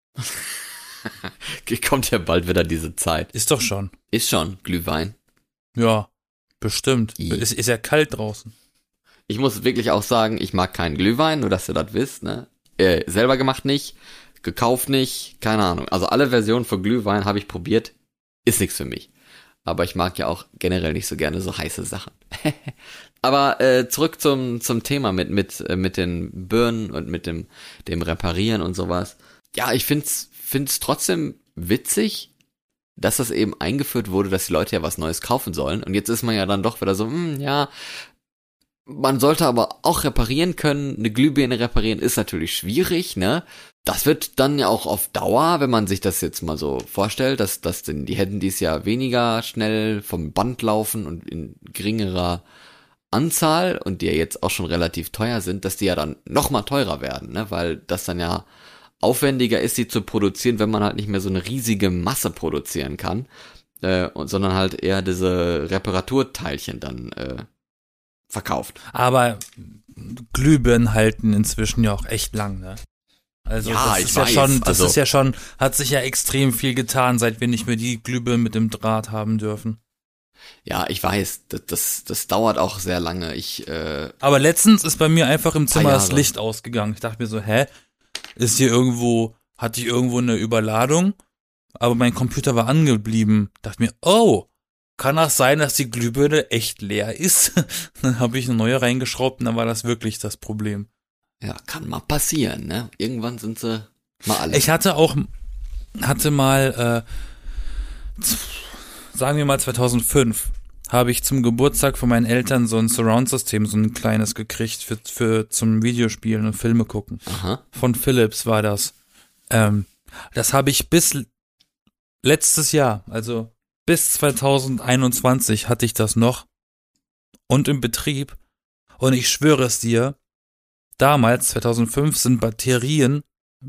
Speaker 2: Kommt ja bald wieder diese Zeit.
Speaker 1: Ist doch schon.
Speaker 2: Ist schon Glühwein.
Speaker 1: Ja, bestimmt. Ist ja kalt draußen.
Speaker 2: Ich muss wirklich auch sagen, ich mag keinen Glühwein, nur dass ihr das wisst, ne? Selber gemacht nicht, gekauft nicht, keine Ahnung. Also alle Versionen von Glühwein habe ich probiert, ist nichts für mich. Aber ich mag ja auch generell nicht so gerne so heiße Sachen. Aber zurück zum Thema mit den Birnen und mit dem Reparieren und sowas. Ja, ich find's trotzdem witzig, dass das eben eingeführt wurde, dass die Leute ja was Neues kaufen sollen. Und jetzt ist man ja dann doch wieder so, ja, man sollte aber auch reparieren können. Eine Glühbirne reparieren ist natürlich schwierig, ne? Das wird dann ja auch auf Dauer, wenn man sich das jetzt mal so vorstellt, dass die Handys ja weniger schnell vom Band laufen und in geringerer Anzahl und die ja jetzt auch schon relativ teuer sind, dass die ja dann noch mal teurer werden, ne? Weil das dann ja aufwendiger ist, sie zu produzieren, wenn man halt nicht mehr so eine riesige Masse produzieren kann, sondern halt eher diese Reparaturteilchen dann verkauft.
Speaker 1: Aber Glühbirnen halten inzwischen ja auch echt lang, ne? Also
Speaker 2: ja,
Speaker 1: das ist ja schon, ist ja schon, hat sich ja extrem viel getan, seit wir nicht mehr die Glühbirnen mit dem Draht haben dürfen.
Speaker 2: Ja, ich weiß, das dauert auch sehr lange.
Speaker 1: Aber letztens ist bei mir einfach im Zimmer das Licht ausgegangen. Ich dachte mir so, hatte ich irgendwo eine Überladung, aber mein Computer war angeblieben. Dachte mir, oh, kann das sein, dass die Glühbirne echt leer ist? Dann habe ich eine neue reingeschraubt und dann war das wirklich das Problem.
Speaker 2: Ja, kann mal passieren, ne? Irgendwann sind sie mal alle.
Speaker 1: Ich hatte mal, sagen wir mal 2005, habe ich zum Geburtstag von meinen Eltern so ein Surround-System, so ein kleines gekriegt für zum Videospielen und Filme gucken.
Speaker 2: Aha.
Speaker 1: Von Philips war das. Das habe ich bis letztes Jahr, also bis 2021 hatte ich das noch und im Betrieb. Und ich schwöre es dir, damals, 2005, sind Batterien,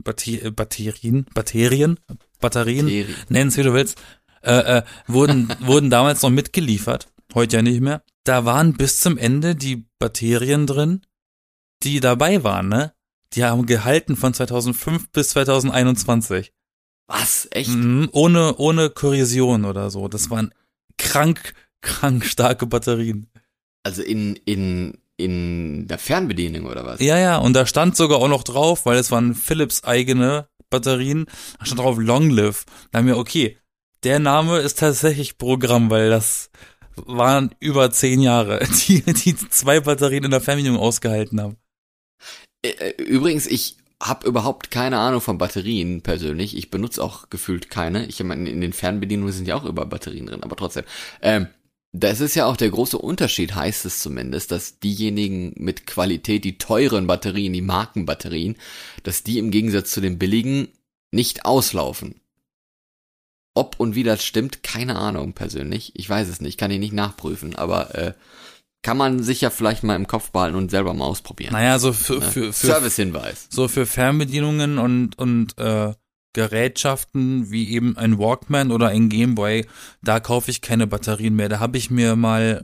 Speaker 1: nenn's wie du willst, wurden damals noch mitgeliefert, heute ja nicht mehr. Da waren bis zum Ende die Batterien drin, die dabei waren, ne? Die haben gehalten von 2005 bis 2021.
Speaker 2: Was? Echt?
Speaker 1: Ohne Korrosion oder so. Das waren krank starke Batterien.
Speaker 2: Also in der Fernbedienung oder was?
Speaker 1: Ja, und da stand sogar auch noch drauf, weil es waren Philips eigene Batterien, da stand drauf Long Live. Da haben wir, okay, der Name ist tatsächlich Programm, weil das waren über 10 Jahre, die 2 Batterien in der Fernbedienung ausgehalten haben.
Speaker 2: Übrigens, ich habe überhaupt keine Ahnung von Batterien persönlich. Ich benutze auch gefühlt keine. Ich meine, in den Fernbedienungen sind ja auch über Batterien drin, aber trotzdem. Das ist ja auch der große Unterschied, heißt es zumindest, dass diejenigen mit Qualität, die teuren Batterien, die Markenbatterien, dass die im Gegensatz zu den billigen nicht auslaufen. Ob und wie das stimmt, keine Ahnung persönlich. Ich weiß es nicht, kann ich nicht nachprüfen, aber kann man sich ja vielleicht mal im Kopf behalten und selber mal ausprobieren.
Speaker 1: Naja, so für
Speaker 2: Servicehinweis.
Speaker 1: So für Fernbedienungen und Gerätschaften wie eben ein Walkman oder ein Gameboy, da kaufe ich keine Batterien mehr. Da habe ich mir mal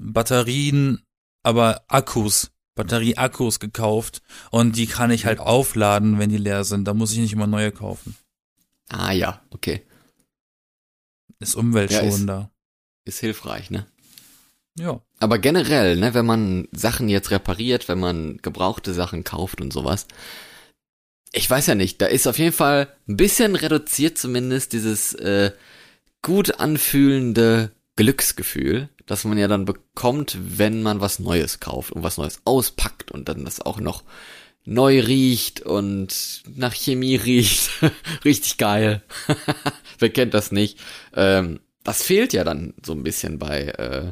Speaker 1: Batterieakkus gekauft und die kann ich halt aufladen, wenn die leer sind. Da muss ich nicht immer neue kaufen.
Speaker 2: Ah ja, okay.
Speaker 1: ist umweltschonender.
Speaker 2: Ist hilfreich, ne?
Speaker 1: Ja.
Speaker 2: Aber generell, ne, wenn man Sachen jetzt repariert, wenn man gebrauchte Sachen kauft und sowas, ich weiß ja nicht, da ist auf jeden Fall ein bisschen reduziert zumindest dieses gut anfühlende Glücksgefühl, das man ja dann bekommt, wenn man was Neues kauft und was Neues auspackt und dann das auch noch neu riecht und nach Chemie riecht. Richtig geil. Wer kennt das nicht? Das fehlt ja dann so ein bisschen bei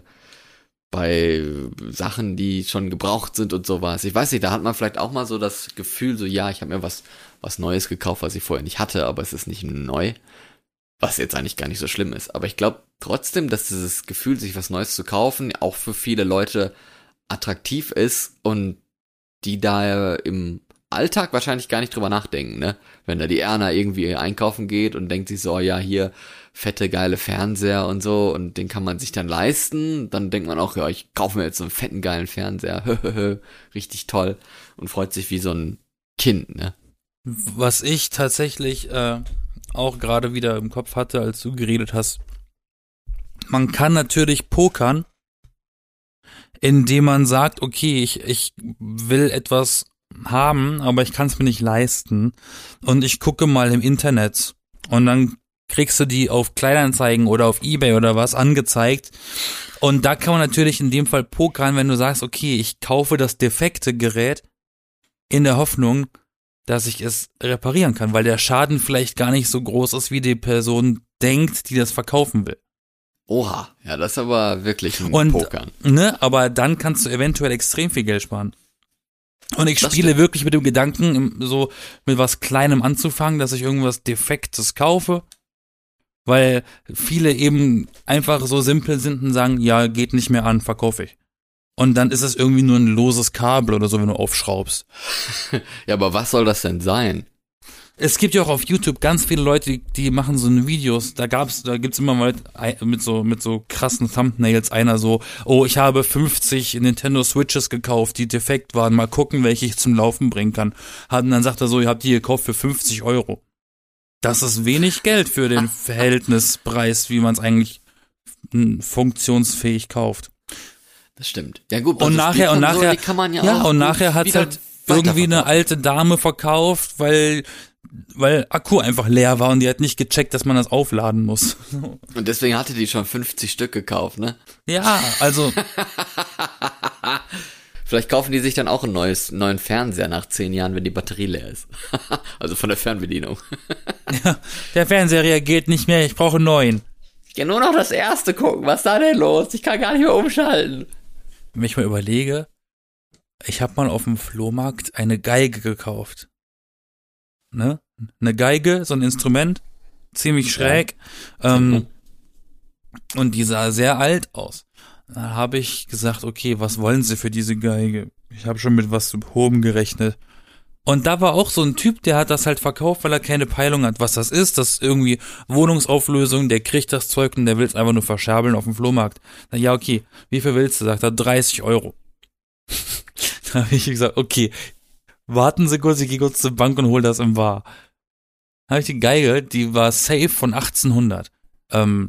Speaker 2: Sachen, die schon gebraucht sind und sowas. Ich weiß nicht, da hat man vielleicht auch mal so das Gefühl, so ja, ich habe mir was Neues gekauft, was ich vorher nicht hatte, aber es ist nicht neu. Was jetzt eigentlich gar nicht so schlimm ist. Aber ich glaube trotzdem, dass dieses Gefühl, sich was Neues zu kaufen, auch für viele Leute attraktiv ist und die da im Alltag wahrscheinlich gar nicht drüber nachdenken, ne? Wenn da die Erna irgendwie einkaufen geht und denkt sich so, ja, hier fette, geile Fernseher und so und den kann man sich dann leisten, dann denkt man auch, ja, ich kaufe mir jetzt so einen fetten, geilen Fernseher, richtig toll und freut sich wie so ein Kind, ne?
Speaker 1: Was ich tatsächlich auch gerade wieder im Kopf hatte, als du geredet hast, man kann natürlich pokern, indem man sagt, okay, ich will etwas haben, aber ich kann es mir nicht leisten und ich gucke mal im Internet und dann kriegst du die auf Kleinanzeigen oder auf eBay oder was angezeigt und da kann man natürlich in dem Fall pokern, wenn du sagst, okay, ich kaufe das defekte Gerät in der Hoffnung, dass ich es reparieren kann, weil der Schaden vielleicht gar nicht so groß ist, wie die Person denkt, die das verkaufen will.
Speaker 2: Oha, ja, das ist aber wirklich ein Pokern.
Speaker 1: Ne, aber dann kannst du eventuell extrem viel Geld sparen. Und ich
Speaker 2: Das
Speaker 1: spiele
Speaker 2: stimmt.
Speaker 1: wirklich mit dem Gedanken, so mit was Kleinem anzufangen, dass ich irgendwas Defektes kaufe, weil viele eben einfach so simpel sind und sagen, ja, geht nicht mehr an, verkaufe ich. Und dann ist es irgendwie nur ein loses Kabel oder so, wenn du aufschraubst.
Speaker 2: Ja, aber was soll das denn sein?
Speaker 1: Es gibt ja auch auf YouTube ganz viele Leute, die machen so eine Videos, da gibt's immer mal mit so krassen Thumbnails einer so, oh, ich habe 50 Nintendo Switches gekauft, die defekt waren, mal gucken, welche ich zum Laufen bringen kann. Und dann sagt er so, ihr habt die gekauft für 50 Euro. Das ist wenig Geld für den Verhältnispreis, wie man es eigentlich funktionsfähig kauft.
Speaker 2: Das stimmt. Ja gut,
Speaker 1: Und nachher,
Speaker 2: die kann man ja
Speaker 1: ja,
Speaker 2: auch
Speaker 1: und nachher hat's
Speaker 2: wieder
Speaker 1: halt irgendwie eine
Speaker 2: weiterverkaufen.
Speaker 1: alte Dame verkauft, weil Akku einfach leer war und die hat nicht gecheckt, dass man das aufladen muss.
Speaker 2: Und deswegen hatte die schon 50 Stück gekauft, ne?
Speaker 1: Ja, also,
Speaker 2: Vielleicht kaufen die sich dann auch einen neuen Fernseher nach 10 Jahren, wenn die Batterie leer ist. Also von der Fernbedienung.
Speaker 1: der Fernseher reagiert nicht mehr, ich brauche einen neuen.
Speaker 2: Ich kann nur noch das erste gucken, was da denn los? Ich kann gar nicht mehr umschalten.
Speaker 1: Wenn ich mal überlege, ich habe mal auf dem Flohmarkt eine Geige gekauft. Ne? Eine Geige, so ein Instrument, ziemlich schräg. Und die sah sehr alt aus. Da habe ich gesagt, okay, was wollen Sie für diese Geige? Ich habe schon mit was Hohem gerechnet. Und da war auch so ein Typ, der hat das halt verkauft, weil er keine Peilung hat, was das ist. Das ist irgendwie Wohnungsauflösung, der kriegt das Zeug und der will es einfach nur verscherbeln auf dem Flohmarkt. Na ja, okay, wie viel willst du? Sagt er, 30 Euro. Da habe ich gesagt, okay, warten Sie kurz, ich gehe kurz zur Bank und hol das im Bar. Da habe ich die Geige, die war safe von 1800. Habe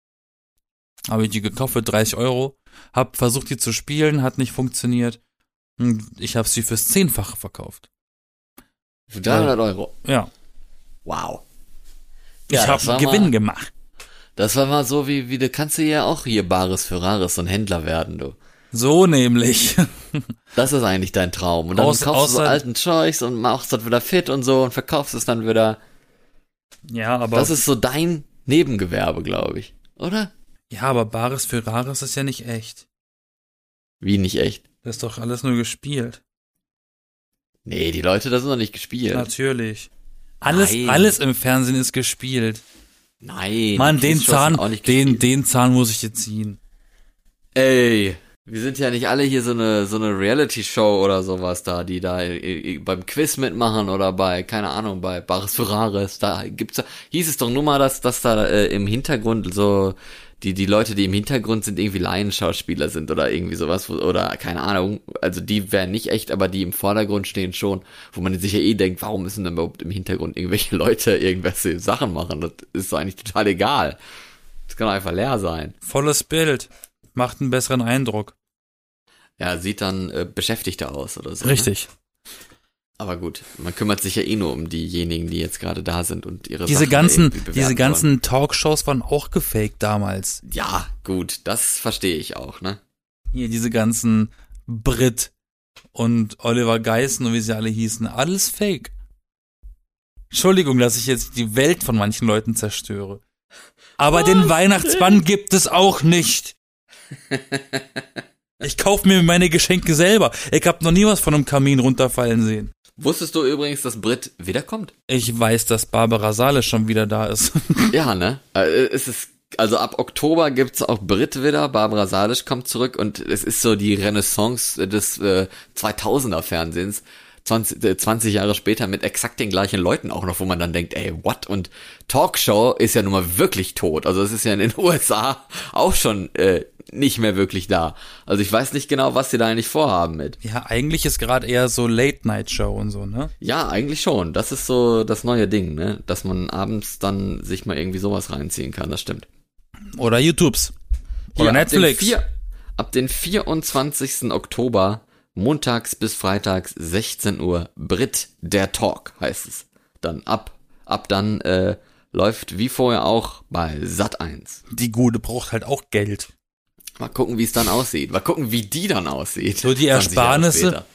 Speaker 1: ich die gekauft für 30 Euro, hab versucht, die zu spielen, hat nicht funktioniert. Und ich habe sie fürs 10-fache verkauft.
Speaker 2: Für 300 Euro.
Speaker 1: Ja.
Speaker 2: Wow.
Speaker 1: Ich habe Gewinn gemacht.
Speaker 2: Das war mal so, wie du kannst du ja auch hier Bares für Rares, so ein Händler werden, du.
Speaker 1: So nämlich.
Speaker 2: Das ist eigentlich dein Traum. Und dann kaufst du so alten Zeugs und machst das wieder fit und so und verkaufst es dann wieder.
Speaker 1: Ja, aber.
Speaker 2: Das ist so dein Nebengewerbe, glaube ich. Oder?
Speaker 1: Ja, aber Bares für Rares ist ja nicht echt.
Speaker 2: Wie nicht echt?
Speaker 1: Das ist doch alles nur gespielt.
Speaker 2: Nee, die Leute, das ist noch nicht gespielt.
Speaker 1: Natürlich.
Speaker 2: Nein.
Speaker 1: Alles im Fernsehen ist gespielt.
Speaker 2: Nein.
Speaker 1: Mann, den Zahn muss ich dir ziehen.
Speaker 2: Ey, wir sind ja nicht alle hier so eine Reality-Show oder sowas da, die da beim Quiz mitmachen oder bei, keine Ahnung, bei Bares für Rares. Hieß es doch nur mal, dass da im Hintergrund so die Leute, die im Hintergrund sind, irgendwie Laienschauspieler sind oder irgendwie sowas, oder keine Ahnung, also die wären nicht echt, aber die im Vordergrund stehen schon, wo man sich ja denkt, warum müssen denn überhaupt im Hintergrund irgendwelche Leute irgendwelche Sachen machen? Das ist doch eigentlich total egal. Das kann einfach leer sein.
Speaker 1: Volles Bild. Macht einen besseren Eindruck.
Speaker 2: Ja, sieht dann beschäftigter aus oder so.
Speaker 1: Richtig.
Speaker 2: Ne? Aber gut, man kümmert sich ja eh nur um diejenigen, die jetzt gerade da sind und ihre
Speaker 1: Diese
Speaker 2: Sachen
Speaker 1: ganzen,
Speaker 2: irgendwie bewerten
Speaker 1: diese ganzen
Speaker 2: wollen.
Speaker 1: Talkshows waren auch gefaked damals.
Speaker 2: Ja, gut, das verstehe ich auch, ne?
Speaker 1: Hier diese ganzen Brit und Oliver Geissen und wie sie alle hießen, alles fake. Entschuldigung, dass ich jetzt die Welt von manchen Leuten zerstöre. Aber den Weihnachtsmann gibt es auch nicht. Ich kaufe mir meine Geschenke selber. Ich habe noch nie was von einem Kamin runterfallen sehen.
Speaker 2: Wusstest du übrigens, dass Brit wiederkommt?
Speaker 1: Ich weiß, dass Barbara Salisch schon wieder da ist.
Speaker 2: Ja, ne? Also ab Oktober gibt's auch Brit wieder, Barbara Salisch kommt zurück und es ist so die Renaissance des 2000er Fernsehens. 20 Jahre später mit exakt den gleichen Leuten auch noch, wo man dann denkt, ey, what? Und Talkshow ist ja nun mal wirklich tot. Also es ist ja in den USA auch schon nicht mehr wirklich da. Also ich weiß nicht genau, was sie da eigentlich vorhaben mit.
Speaker 1: Ja, eigentlich ist gerade eher so Late-Night-Show und so, ne?
Speaker 2: Ja, eigentlich schon. Das ist so das neue Ding, ne? Dass man abends dann sich mal irgendwie sowas reinziehen kann, das stimmt.
Speaker 1: Oder YouTubes. Oder
Speaker 2: Hier,
Speaker 1: Netflix.
Speaker 2: Ab den 24. Oktober, montags bis freitags, 16 Uhr, Brit, der Talk heißt es. Dann ab dann läuft wie vorher auch bei Sat.1.
Speaker 1: Die Gute braucht halt auch Geld.
Speaker 2: Mal gucken, wie es dann aussieht. Mal gucken, wie die dann aussieht.
Speaker 1: So die
Speaker 2: 20 Jahre
Speaker 1: Ersparnisse
Speaker 2: später.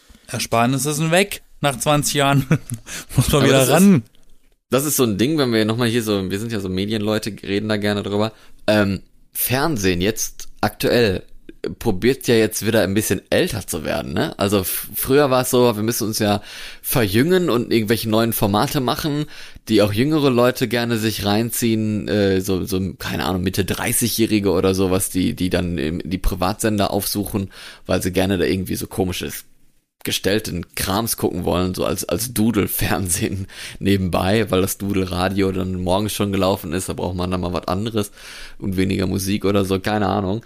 Speaker 1: sind weg. Nach 20 Jahren muss man
Speaker 2: Aber
Speaker 1: wieder ran.
Speaker 2: Das ist so ein Ding, wenn wir nochmal hier so, wir sind ja so Medienleute, reden da gerne drüber. Fernsehen jetzt aktuell probiert ja jetzt wieder ein bisschen älter zu werden, ne? Also früher war es so, wir müssen uns ja verjüngen und irgendwelche neuen Formate machen, die auch jüngere Leute gerne sich reinziehen, so keine Ahnung, Mitte 30-Jährige oder sowas, die dann die Privatsender aufsuchen, weil sie gerne da irgendwie so komisches gestellten Krams gucken wollen, so als Doodle-Fernsehen nebenbei, weil das Doodle-Radio dann morgens schon gelaufen ist, da braucht man dann mal was anderes und weniger Musik oder so, keine Ahnung.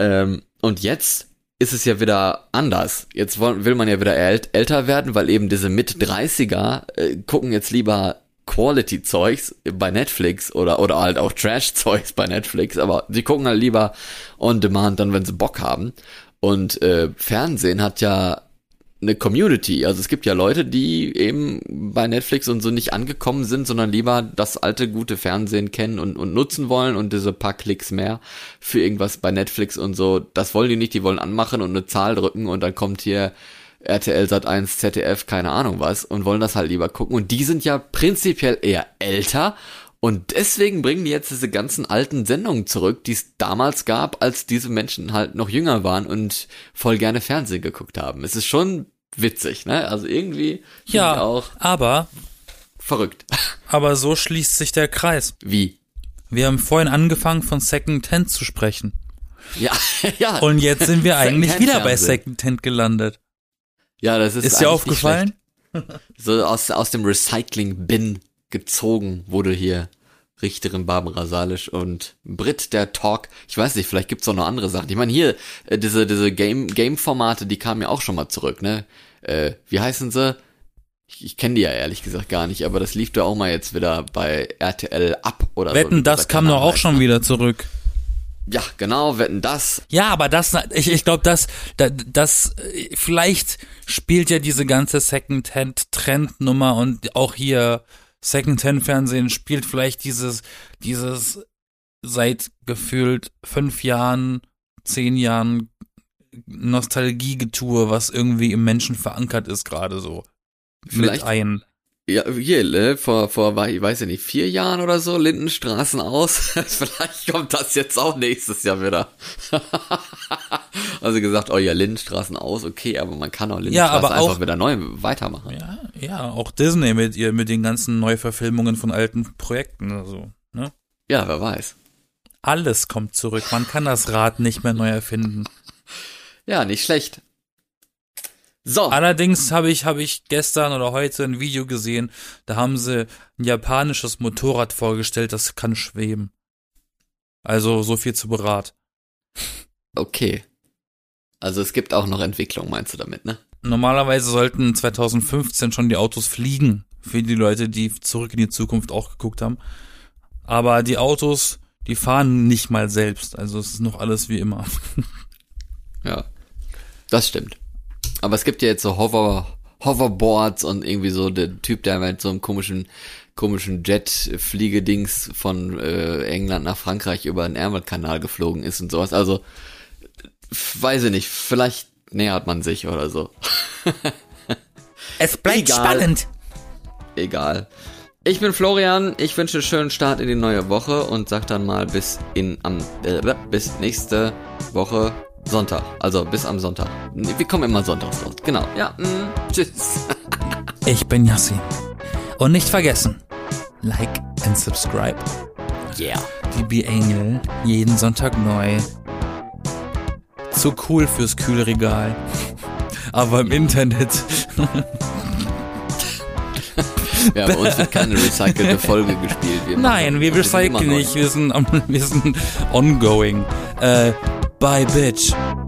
Speaker 2: Und jetzt ist es ja wieder anders. Jetzt will man ja wieder älter werden, weil eben diese Mit-30er gucken jetzt lieber Quality-Zeugs bei Netflix oder halt auch Trash-Zeugs bei Netflix, aber sie gucken halt lieber on demand dann, wenn sie Bock haben. Und Fernsehen hat ja eine Community, also es gibt ja Leute, die eben bei Netflix und so nicht angekommen sind, sondern lieber das alte gute Fernsehen kennen und nutzen wollen und diese paar Klicks mehr für irgendwas bei Netflix und so, das wollen die nicht, die wollen anmachen und eine Zahl drücken und dann kommt hier RTL Sat.1, ZDF, keine Ahnung was und wollen das halt lieber gucken und die sind ja prinzipiell eher älter und deswegen bringen die jetzt diese ganzen alten Sendungen zurück, die es damals gab, als diese Menschen halt noch jünger waren und voll gerne Fernsehen geguckt haben. Es ist schon witzig, ne? Also irgendwie
Speaker 1: Ja,
Speaker 2: auch
Speaker 1: aber
Speaker 2: verrückt.
Speaker 1: so schließt sich der Kreis.
Speaker 2: Wie?
Speaker 1: Wir haben vorhin angefangen von Second-Hand zu sprechen.
Speaker 2: Ja, ja.
Speaker 1: Und jetzt sind wir eigentlich wieder bei
Speaker 2: Second-Hand-Fernsehen.
Speaker 1: Second-Hand gelandet.
Speaker 2: Ja, das ist
Speaker 1: Ist dir
Speaker 2: eigentlich
Speaker 1: aufgefallen?
Speaker 2: nicht schlecht. So aus dem Recycling-Bin gezogen wurde hier Richterin Barbara Salisch und Brit, der Talk. Ich weiß nicht, vielleicht gibt's auch noch andere Sachen. Ich meine, hier, diese Game-Formate, die kamen ja auch schon mal zurück, ne? Wie heißen sie? Ich kenne die ja ehrlich gesagt gar nicht, aber das lief da auch mal jetzt wieder bei RTL ab oder so.
Speaker 1: Wetten, das kam doch auch schon wieder zurück.
Speaker 2: Ja, genau, Wetten, das.
Speaker 1: Ja, aber ich glaube, das vielleicht spielt ja diese ganze Second-Hand-Trendnummer und auch hier Second-Hand-Fernsehen spielt vielleicht dieses seit gefühlt 5 Jahren, 10 Jahren Nostalgiegetue, was irgendwie im Menschen verankert ist, gerade so.
Speaker 2: Vielleicht
Speaker 1: Mit ein.
Speaker 2: Ja, hier, vor, ich weiß ja nicht, 4 Jahren oder so, Lindenstraßen aus. Vielleicht kommt das jetzt auch nächstes Jahr wieder. Also gesagt, oh ja, Lindenstraßen aus, okay, aber man kann auch Lindenstraßen
Speaker 1: aber auch,
Speaker 2: einfach wieder neu weitermachen.
Speaker 1: Ja, auch Disney mit den ganzen Neuverfilmungen von alten Projekten, also, ne?
Speaker 2: Ja, wer weiß.
Speaker 1: Alles kommt zurück, man kann das Rad nicht mehr neu erfinden.
Speaker 2: Ja, nicht schlecht. So.
Speaker 1: Allerdings habe ich gestern oder heute ein Video gesehen, da haben sie ein japanisches Motorrad vorgestellt, das kann schweben. Also so viel zu Berat.
Speaker 2: Okay. Also es gibt auch noch Entwicklung, meinst du damit, ne?
Speaker 1: Normalerweise sollten 2015 schon die Autos fliegen, für die Leute, die zurück in die Zukunft auch geguckt haben. Aber die Autos, Die fahren nicht mal selbst, also es ist noch alles wie immer.
Speaker 2: Ja, das stimmt. Aber es gibt ja jetzt so Hoverboards und irgendwie so der Typ, der mit so einem komischen Jet-Fliegedings von England nach Frankreich über den Ärmelkanal geflogen ist und sowas. Also, weiß ich nicht, vielleicht nähert man sich oder so.
Speaker 1: Es bleibt spannend.
Speaker 2: Egal. Ich bin Florian, ich wünsche einen schönen Start in die neue Woche und sag dann mal bis nächste Woche Sonntag. Also bis am Sonntag. Wir kommen immer sonntags raus. Genau. Ja, tschüss.
Speaker 1: Ich bin Yassin. Und nicht vergessen, like and subscribe.
Speaker 2: Yeah.
Speaker 1: Die Bi-Engel, jeden Sonntag neu. Zu cool fürs Kühlregal. Aber im Internet.
Speaker 2: Ja, bei uns wird keine recycelte Folge gespielt.
Speaker 1: Nein, wir recyceln nicht. Wir sind ongoing. Bye, bitch.